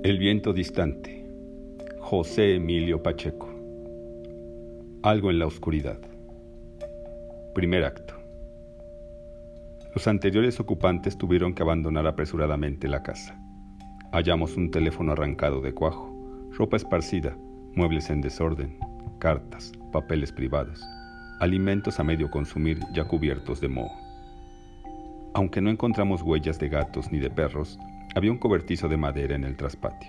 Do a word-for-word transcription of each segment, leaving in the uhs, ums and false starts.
El viento distante. José Emilio Pacheco. Algo en la oscuridad. Primer acto. Los anteriores ocupantes tuvieron que abandonar apresuradamente la casa. Hallamos un teléfono arrancado de cuajo, ropa esparcida, muebles en desorden, cartas, papeles privados, alimentos a medio consumir ya cubiertos de moho. Aunque no encontramos huellas de gatos ni de perros, había un cobertizo de madera en el traspatio.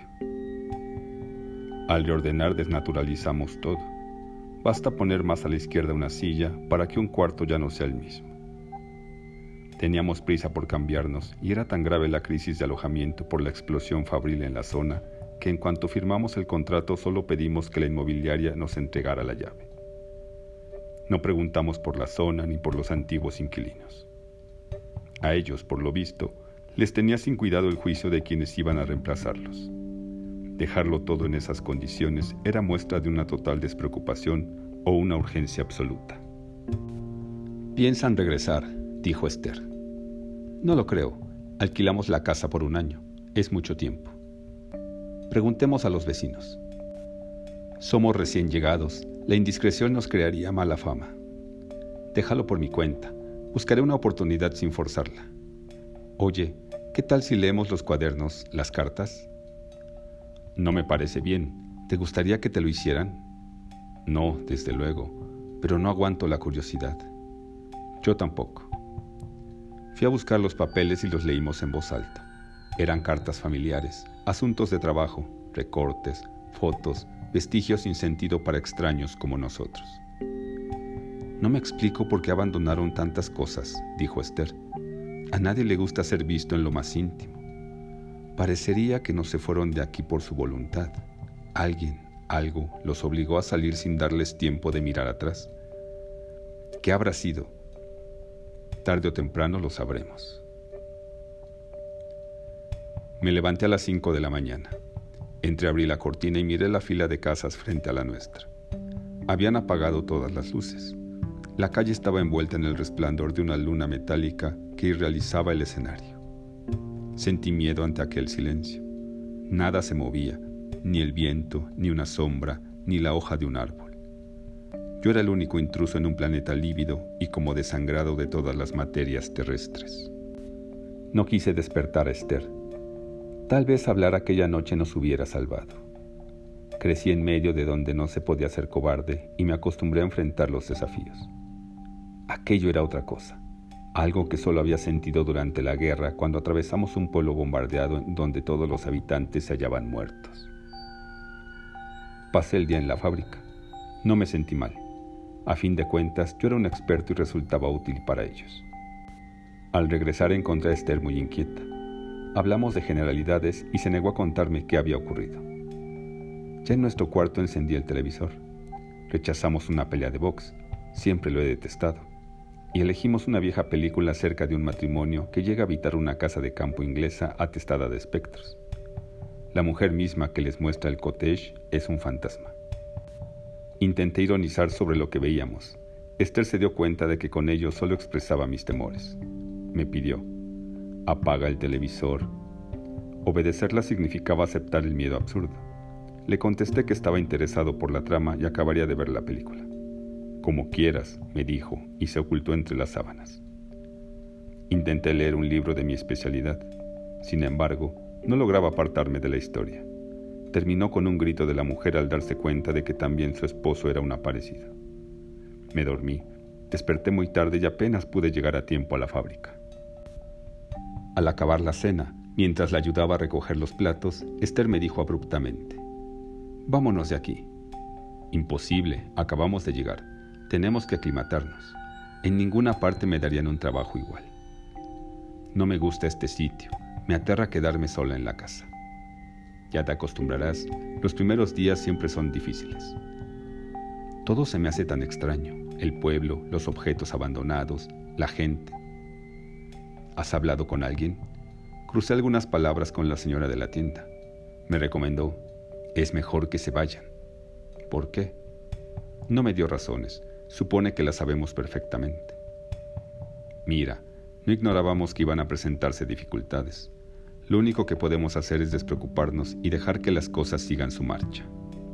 Al reordenar desnaturalizamos todo. Basta poner más a la izquierda una silla para que un cuarto ya no sea el mismo. Teníamos prisa por cambiarnos y era tan grave la crisis de alojamiento por la explosión fabril en la zona que en cuanto firmamos el contrato solo pedimos que la inmobiliaria nos entregara la llave. No preguntamos por la zona ni por los antiguos inquilinos. A ellos, por lo visto, les tenía sin cuidado el juicio de quienes iban a reemplazarlos. Dejarlo todo en esas condiciones era muestra de una total despreocupación o una urgencia absoluta. «Piensan regresar», dijo Esther. «No lo creo. Alquilamos la casa por un año. Es mucho tiempo. Preguntemos a los vecinos. Somos recién llegados. La indiscreción nos crearía mala fama. Déjalo por mi cuenta. Buscaré una oportunidad sin forzarla. Oye, ¿qué tal si leemos los cuadernos, las cartas?» «No me parece bien. ¿Te gustaría que te lo hicieran?» «No, desde luego, pero no aguanto la curiosidad». «Yo tampoco». Fui a buscar los papeles y los leímos en voz alta. Eran cartas familiares, asuntos de trabajo, recortes, fotos, vestigios sin sentido para extraños como nosotros. «No me explico por qué abandonaron tantas cosas», dijo Esther. «A nadie le gusta ser visto en lo más íntimo. Parecería que no se fueron de aquí por su voluntad. Alguien, algo, los obligó a salir sin darles tiempo de mirar atrás. ¿Qué habrá sido? Tarde o temprano lo sabremos». Me levanté a las cinco de la mañana. Entreabrí la cortina y miré la fila de casas frente a la nuestra. Habían apagado todas las luces. La calle estaba envuelta en el resplandor de una luna metálica que irrealizaba el escenario. Sentí miedo ante aquel silencio. Nada se movía, ni el viento, ni una sombra, ni la hoja de un árbol. Yo era el único intruso en un planeta lívido y como desangrado de todas las materias terrestres. No quise despertar a Esther. Tal vez hablar aquella noche nos hubiera salvado. Crecí en medio de donde no se podía ser cobarde y me acostumbré a enfrentar los desafíos. Aquello era otra cosa, algo que solo había sentido durante la guerra cuando atravesamos un pueblo bombardeado en donde todos los habitantes se hallaban muertos. Pasé el día en la fábrica. No me sentí mal. A fin de cuentas, yo era un experto y resultaba útil para ellos. Al regresar encontré a Esther muy inquieta. Hablamos de generalidades y se negó a contarme qué había ocurrido. Ya en nuestro cuarto encendí el televisor. Rechazamos una pelea de box, siempre lo he detestado, y elegimos una vieja película acerca de un matrimonio que llega a habitar una casa de campo inglesa atestada de espectros. La mujer misma que les muestra el cottage es un fantasma. Intenté ironizar sobre lo que veíamos. Esther se dio cuenta de que con ello solo expresaba mis temores. Me pidió: «Apaga el televisor». Obedecerla significaba aceptar el miedo absurdo. Le contesté que estaba interesado por la trama y acabaría de ver la película. «Como quieras», me dijo, y se ocultó entre las sábanas. Intenté leer un libro de mi especialidad. Sin embargo, no lograba apartarme de la historia. Terminó con un grito de la mujer al darse cuenta de que también su esposo era un aparecido. Me dormí, desperté muy tarde y apenas pude llegar a tiempo a la fábrica. Al acabar la cena, mientras la ayudaba a recoger los platos, Esther me dijo abruptamente: «Vámonos de aquí». «Imposible, acabamos de llegar. Tenemos que aclimatarnos. En ninguna parte me darían un trabajo igual. No me gusta este sitio. Me aterra quedarme sola en la casa». «Ya te acostumbrarás. Los primeros días siempre son difíciles». «Todo se me hace tan extraño. El pueblo, los objetos abandonados, la gente». «¿Has hablado con alguien?» Crucé algunas palabras con la señora de la tienda. Me recomendó: «Es mejor que se vayan». «¿Por qué?» No me dio razones. Supone que las sabemos perfectamente. «Mira, no ignorábamos que iban a presentarse dificultades. Lo único que podemos hacer es despreocuparnos y dejar que las cosas sigan su marcha.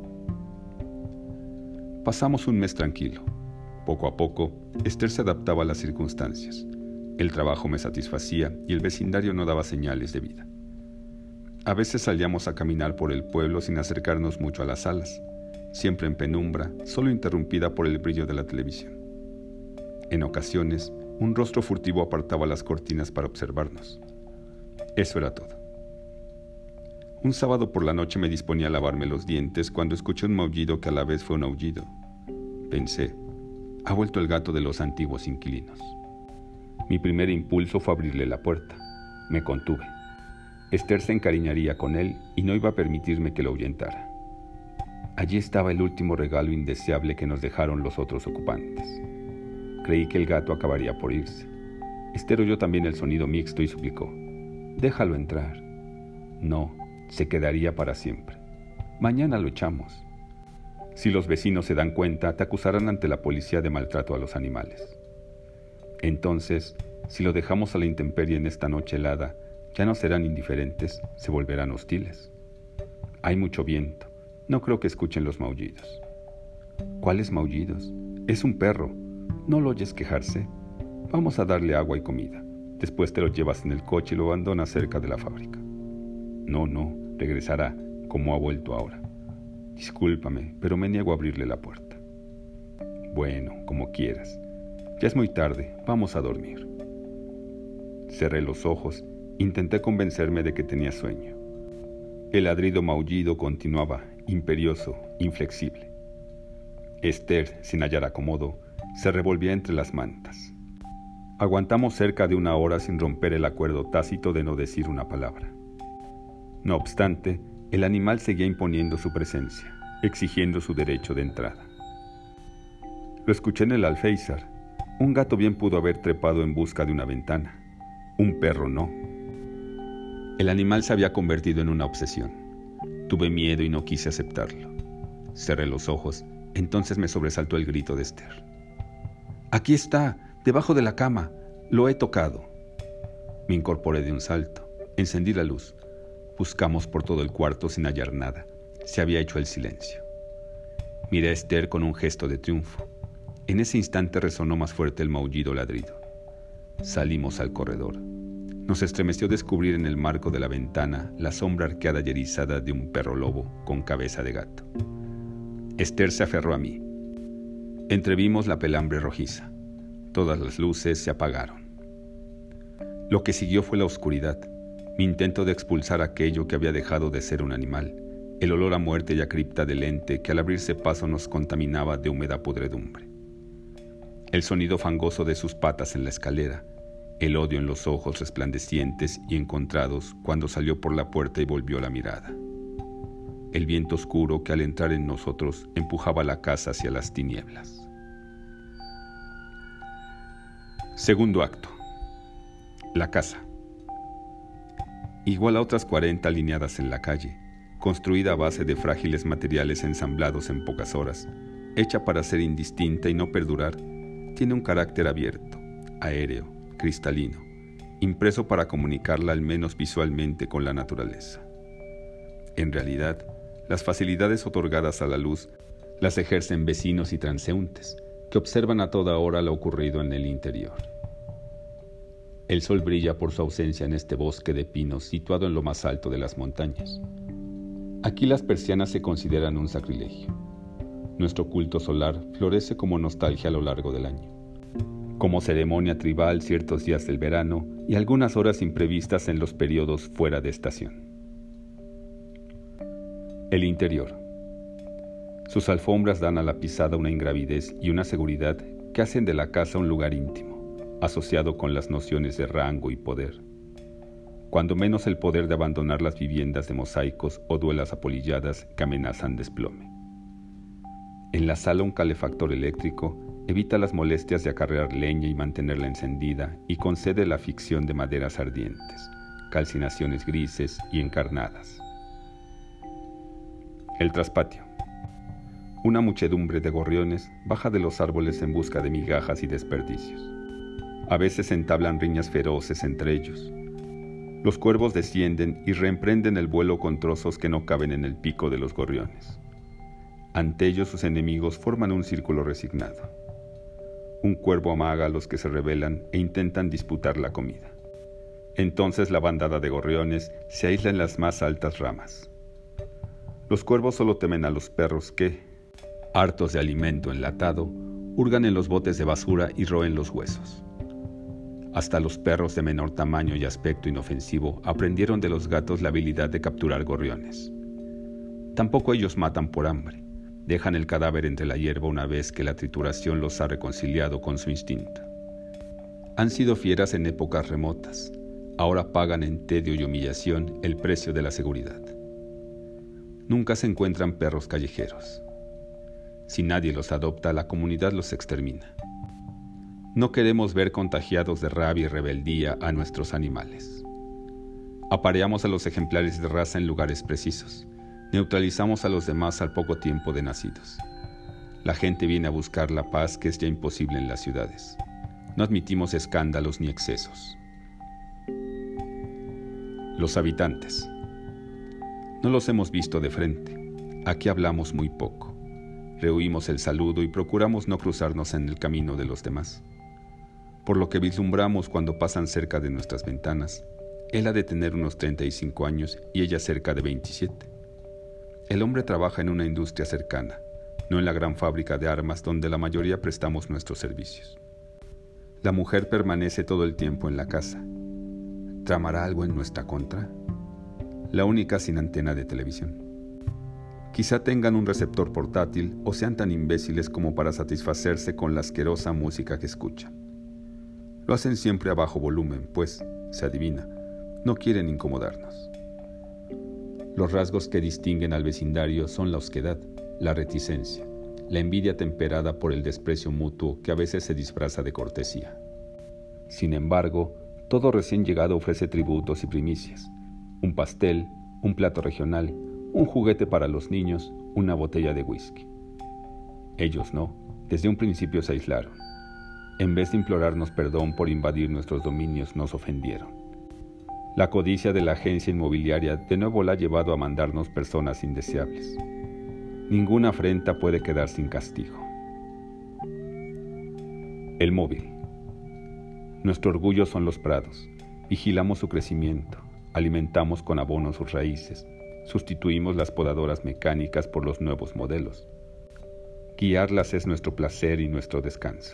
Pasamos un mes tranquilo. Poco a poco, Esther se adaptaba a las circunstancias. El trabajo me satisfacía y el vecindario no daba señales de vida. A veces salíamos a caminar por el pueblo sin acercarnos mucho a las salas, siempre en penumbra, solo interrumpida por el brillo de la televisión. En ocasiones, un rostro furtivo apartaba las cortinas para observarnos. Eso era todo. Un sábado por la noche me disponía a lavarme los dientes cuando escuché un maullido que a la vez fue un aullido. Pensé, ha vuelto el gato de los antiguos inquilinos. Mi primer impulso fue abrirle la puerta. Me contuve. Esther se encariñaría con él y no iba a permitirme que lo ahuyentara. Allí estaba el último regalo indeseable que nos dejaron los otros ocupantes. Creí que el gato acabaría por irse. Esther oyó también el sonido mixto y suplicó, «Déjalo entrar». No, se quedaría para siempre. Mañana lo echamos. Si los vecinos se dan cuenta, te acusarán ante la policía de maltrato a los animales. Entonces, si lo dejamos a la intemperie en esta noche helada, ya no serán indiferentes, se volverán hostiles. Hay mucho viento, no creo que escuchen los maullidos. ¿Cuáles maullidos? Es un perro, ¿no lo oyes quejarse? Vamos a darle agua y comida. Después te lo llevas en el coche y lo abandonas cerca de la fábrica. No, no, regresará, como ha vuelto ahora. Discúlpame, pero me niego a abrirle la puerta. Bueno, como quieras. Ya es muy tarde, vamos a dormir. Cerré los ojos, intenté convencerme de que tenía sueño. El ladrido maullido continuaba, imperioso, inflexible. Esther, sin hallar acomodo, se revolvía entre las mantas. Aguantamos cerca de una hora sin romper el acuerdo tácito de no decir una palabra. No obstante, el animal seguía imponiendo su presencia, exigiendo su derecho de entrada. Lo escuché en el alféizar. Un gato bien pudo haber trepado en busca de una ventana. Un perro no. El animal se había convertido en una obsesión. Tuve miedo y no quise aceptarlo. Cerré los ojos, entonces me sobresaltó el grito de Esther. «Aquí está, debajo de la cama, lo he tocado». Me incorporé de un salto, encendí la luz. Buscamos por todo el cuarto sin hallar nada. Se había hecho el silencio. Miré a Esther con un gesto de triunfo. En ese instante resonó más fuerte el maullido ladrido. Salimos al corredor. Nos estremeció descubrir en el marco de la ventana la sombra arqueada y erizada de un perro lobo con cabeza de gato. Esther se aferró a mí. Entrevimos la pelambre rojiza. Todas las luces se apagaron. Lo que siguió fue la oscuridad, mi intento de expulsar aquello que había dejado de ser un animal, el olor a muerte y a cripta del ente que al abrirse paso nos contaminaba de húmeda podredumbre. El sonido fangoso de sus patas en la escalera, el odio en los ojos resplandecientes y encontrados cuando salió por la puerta y volvió la mirada. El viento oscuro que al entrar en nosotros empujaba la casa hacia las tinieblas. Segundo acto. La casa. Igual a otras cuarenta alineadas en la calle, construida a base de frágiles materiales ensamblados en pocas horas, hecha para ser indistinta y no perdurar, tiene un carácter abierto, aéreo, cristalino, impreso para comunicarla al menos visualmente con la naturaleza. En realidad, las facilidades otorgadas a la luz las ejercen vecinos y transeúntes, que observan a toda hora lo ocurrido en el interior. El sol brilla por su ausencia en este bosque de pinos situado en lo más alto de las montañas. Aquí las persianas se consideran un sacrilegio. Nuestro culto solar florece como nostalgia a lo largo del año, como ceremonia tribal ciertos días del verano y algunas horas imprevistas en los periodos fuera de estación. El interior. Sus alfombras dan a la pisada una ingravidez y una seguridad que hacen de la casa un lugar íntimo, asociado con las nociones de rango y poder. Cuando menos el poder de abandonar las viviendas de mosaicos o duelas apolilladas que amenazan desplome. En la sala un calefactor eléctrico evita las molestias de acarrear leña y mantenerla encendida y concede la ficción de maderas ardientes, calcinaciones grises y encarnadas. El traspatio. Una muchedumbre de gorriones baja de los árboles en busca de migajas y desperdicios. A veces entablan riñas feroces entre ellos. Los cuervos descienden y reemprenden el vuelo con trozos que no caben en el pico de los gorriones. Ante ellos sus enemigos forman un círculo resignado. Un cuervo amaga a los que se rebelan e intentan disputar la comida. Entonces la bandada de gorriones se aísla en las más altas ramas. Los cuervos solo temen a los perros que, hartos de alimento enlatado, hurgan en los botes de basura y roen los huesos. Hasta los perros de menor tamaño y aspecto inofensivo aprendieron de los gatos la habilidad de capturar gorriones. Tampoco ellos matan por hambre. Dejan el cadáver entre la hierba una vez que la trituración los ha reconciliado con su instinto. Han sido fieras en épocas remotas. Ahora pagan en tedio y humillación el precio de la seguridad. Nunca se encuentran perros callejeros. Si nadie los adopta, la comunidad los extermina. No queremos ver contagiados de rabia y rebeldía a nuestros animales. Apareamos a los ejemplares de raza en lugares precisos. Neutralizamos a los demás al poco tiempo de nacidos. La gente viene a buscar la paz que es ya imposible en las ciudades. No admitimos escándalos ni excesos. Los habitantes. No los hemos visto de frente. Aquí hablamos muy poco. Rehuimos el saludo y procuramos no cruzarnos en el camino de los demás. Por lo que vislumbramos cuando pasan cerca de nuestras ventanas. Él ha de tener unos treinta y cinco años y ella cerca de veintisiete. El hombre trabaja en una industria cercana, no en la gran fábrica de armas donde la mayoría prestamos nuestros servicios. La mujer permanece todo el tiempo en la casa. ¿Tramará algo en nuestra contra? La única sin antena de televisión. Quizá tengan un receptor portátil o sean tan imbéciles como para satisfacerse con la asquerosa música que escuchan. Lo hacen siempre a bajo volumen, pues, se adivina, no quieren incomodarnos. Los rasgos que distinguen al vecindario son la osquedad, la reticencia, la envidia temperada por el desprecio mutuo que a veces se disfraza de cortesía. Sin embargo, todo recién llegado ofrece tributos y primicias. Un pastel, un plato regional, un juguete para los niños, una botella de whisky. Ellos no, desde un principio se aislaron. En vez de implorarnos perdón por invadir nuestros dominios, nos ofendieron. La codicia de la agencia inmobiliaria de nuevo la ha llevado a mandarnos personas indeseables. Ninguna afrenta puede quedar sin castigo. El móvil. Nuestro orgullo son los prados. Vigilamos su crecimiento, alimentamos con abono sus raíces, sustituimos las podadoras mecánicas por los nuevos modelos. Guiarlas es nuestro placer y nuestro descanso.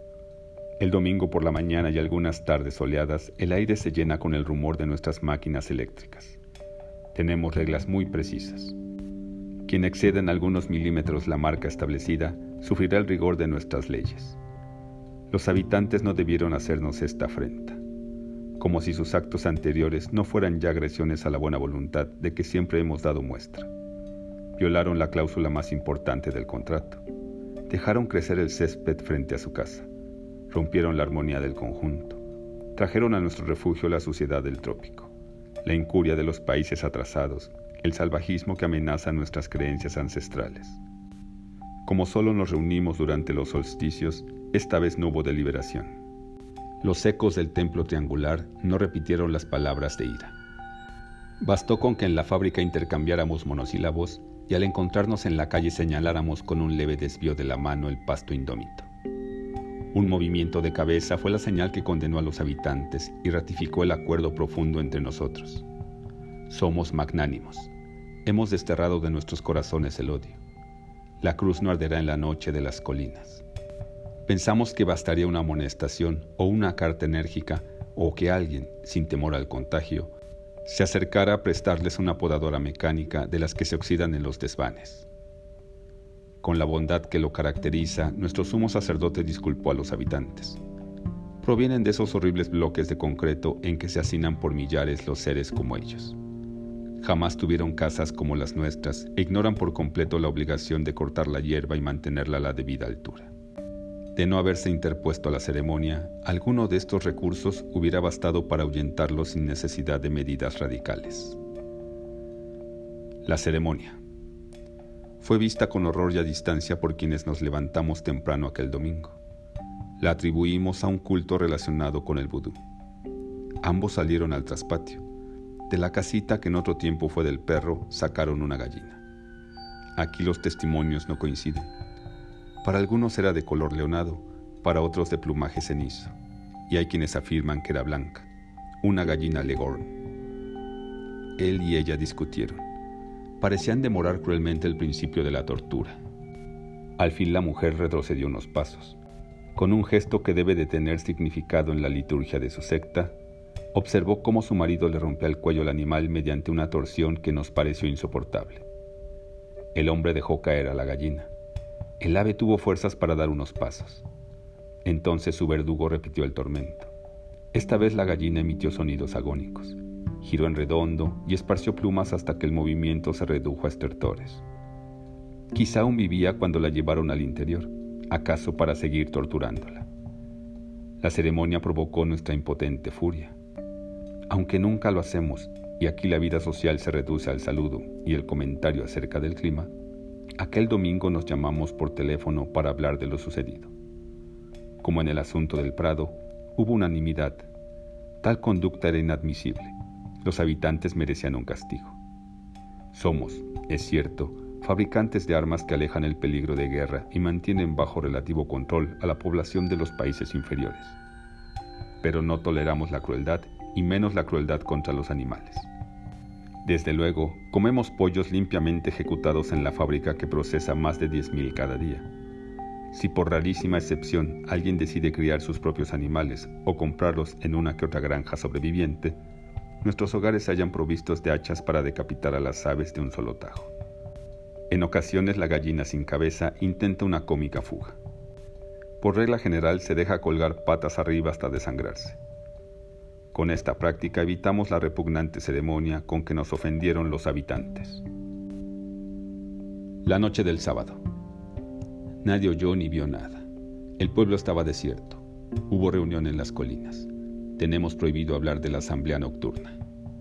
El domingo por la mañana y algunas tardes soleadas, el aire se llena con el rumor de nuestras máquinas eléctricas. Tenemos reglas muy precisas. Quien exceda en algunos milímetros la marca establecida, sufrirá el rigor de nuestras leyes. Los habitantes no debieron hacernos esta afrenta, como si sus actos anteriores no fueran ya agresiones a la buena voluntad de que siempre hemos dado muestra. Violaron la cláusula más importante del contrato. Dejaron crecer el césped frente a su casa. Rompieron la armonía del conjunto. Trajeron a nuestro refugio la suciedad del trópico, la incuria de los países atrasados, el salvajismo que amenaza nuestras creencias ancestrales. Como solo nos reunimos durante los solsticios, esta vez no hubo deliberación. Los ecos del templo triangular no repitieron las palabras de ira. Bastó con que en la fábrica intercambiáramos monosílabos y al encontrarnos en la calle señaláramos con un leve desvío de la mano el pasto indómito. Un movimiento de cabeza fue la señal que condenó a los habitantes y ratificó el acuerdo profundo entre nosotros. Somos magnánimos. Hemos desterrado de nuestros corazones el odio. La cruz no arderá en la noche de las colinas. Pensamos que bastaría una amonestación o una carta enérgica o que alguien, sin temor al contagio, se acercara a prestarles una podadora mecánica de las que se oxidan en los desvanes. Con la bondad que lo caracteriza, nuestro sumo sacerdote disculpó a los habitantes. Provienen de esos horribles bloques de concreto en que se hacinan por millares los seres como ellos. Jamás tuvieron casas como las nuestras e ignoran por completo la obligación de cortar la hierba y mantenerla a la debida altura. De no haberse interpuesto a la ceremonia, alguno de estos recursos hubiera bastado para ahuyentarlos sin necesidad de medidas radicales. La ceremonia fue vista con horror y a distancia por quienes nos levantamos temprano aquel domingo. La atribuimos a un culto relacionado con el vudú. Ambos salieron al traspatio. De la casita que en otro tiempo fue del perro, sacaron una gallina. Aquí los testimonios no coinciden. Para algunos era de color leonado, para otros de plumaje cenizo, y hay quienes afirman que era blanca, una gallina leghorn. Él y ella discutieron. Parecían demorar cruelmente el principio de la tortura. Al fin la mujer retrocedió unos pasos. Con un gesto que debe de tener significado en la liturgia de su secta, observó cómo su marido le rompía el cuello al animal mediante una torsión que nos pareció insoportable. El hombre dejó caer a la gallina. El ave tuvo fuerzas para dar unos pasos. Entonces su verdugo repitió el tormento. Esta vez la gallina emitió sonidos agónicos, giró en redondo y esparció plumas hasta que el movimiento se redujo a estertores. Quizá aún vivía cuando la llevaron al interior, acaso para seguir torturándola. La ceremonia provocó nuestra impotente furia. Aunque nunca lo hacemos, y aquí la vida social se reduce al saludo y el comentario acerca del clima, aquel domingo nos llamamos por teléfono para hablar de lo sucedido. Como en el asunto del Prado, hubo unanimidad. Tal conducta era inadmisible. Los habitantes merecían un castigo. Somos, es cierto, fabricantes de armas que alejan el peligro de guerra y mantienen bajo relativo control a la población de los países inferiores. Pero no toleramos la crueldad y menos la crueldad contra los animales. Desde luego, comemos pollos limpiamente ejecutados en la fábrica que procesa más de diez mil cada día. Si por rarísima excepción alguien decide criar sus propios animales o comprarlos en una que otra granja sobreviviente, nuestros hogares se hallan provistos de hachas para decapitar a las aves de un solo tajo. En ocasiones la gallina sin cabeza intenta una cómica fuga. Por regla general se deja colgar patas arriba hasta desangrarse. Con esta práctica evitamos la repugnante ceremonia con que nos ofendieron los habitantes. La noche del sábado. Nadie oyó ni vio nada. El pueblo estaba desierto. Hubo reunión en las colinas. Tenemos prohibido hablar de la asamblea nocturna.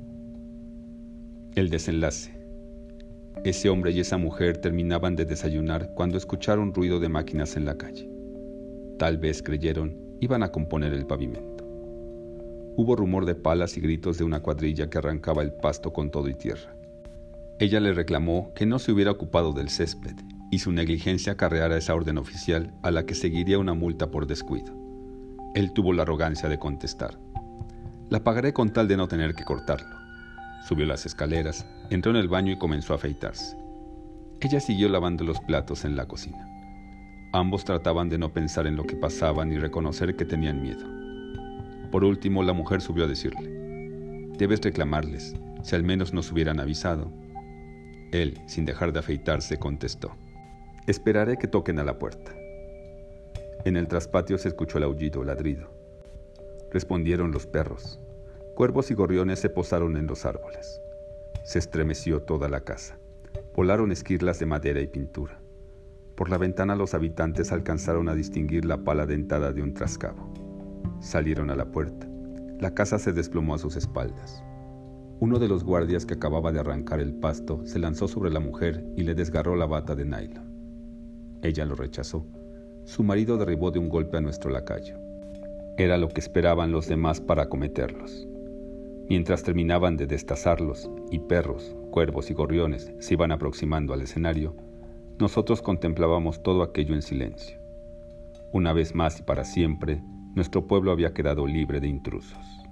El desenlace. Ese hombre y esa mujer terminaban de desayunar cuando escucharon ruido de máquinas en la calle. Tal vez creyeron iban a componer el pavimento. Hubo rumor de palas y gritos de una cuadrilla que arrancaba el pasto con todo y tierra. Ella le reclamó que no se hubiera ocupado del césped y su negligencia acarreara esa orden oficial a la que seguiría una multa por descuido. Él tuvo la arrogancia de contestar: «La pagaré con tal de no tener que cortarlo». Subió las escaleras, entró en el baño y comenzó a afeitarse. Ella siguió lavando los platos en la cocina. Ambos trataban de no pensar en lo que pasaba ni reconocer que tenían miedo. Por último, la mujer subió a decirle: «Debes reclamarles, si al menos nos hubieran avisado». Él, sin dejar de afeitarse, contestó: «Esperaré que toquen a la puerta». En el traspatio se escuchó el aullido, ladrido. Respondieron los perros. Cuervos y gorriones se posaron en los árboles. Se estremeció toda la casa. Volaron esquirlas de madera y pintura. Por la ventana los habitantes alcanzaron a distinguir la pala dentada de un trascabo. Salieron a la puerta. La casa se desplomó a sus espaldas. Uno de los guardias que acababa de arrancar el pasto se lanzó sobre la mujer y le desgarró la bata de nylon. Ella lo rechazó. Su marido derribó de un golpe a nuestro lacayo. Era lo que esperaban los demás para acometerlos. Mientras terminaban de destazarlos y perros, cuervos y gorriones se iban aproximando al escenario, nosotros contemplábamos todo aquello en silencio. Una vez más y para siempre, nuestro pueblo había quedado libre de intrusos.